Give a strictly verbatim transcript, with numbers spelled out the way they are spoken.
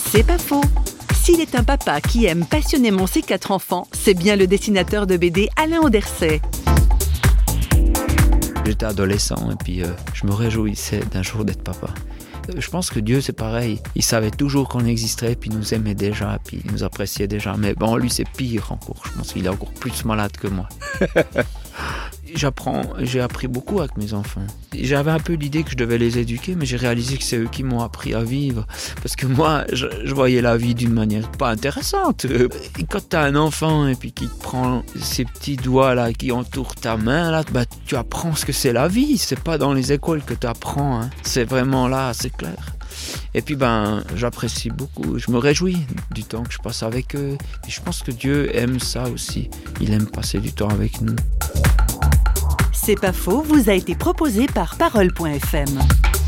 C'est pas faux. S'il est un papa qui aime passionnément ses quatre enfants, c'est bien le dessinateur de B D Alain Auderset. J'étais adolescent et puis euh, je me réjouissais d'un jour d'être papa. Je pense que Dieu, c'est pareil. Il savait toujours qu'on existerait, puis il nous aimait déjà, puis il nous appréciait déjà. Mais bon, lui, c'est pire encore. Je pense qu'il est encore plus malade que moi. J'apprends, j'ai appris beaucoup avec mes enfants. J'avais un peu l'idée que je devais les éduquer, mais j'ai réalisé que c'est eux qui m'ont appris à vivre. Parce que moi, je, je voyais la vie d'une manière pas intéressante. Et quand t'as un enfant et puis qu'il te prend ces petits doigts là qui entourent ta main, là, bah, tu apprends ce que c'est la vie. C'est pas dans les écoles que tu apprends. Hein. C'est vraiment là, c'est clair. Et puis ben, j'apprécie beaucoup, je me réjouis du temps que je passe avec eux. Et je pense que Dieu aime ça aussi. Il aime passer du temps avec nous. C'est pas faux, vous a été proposé par Parole point F M.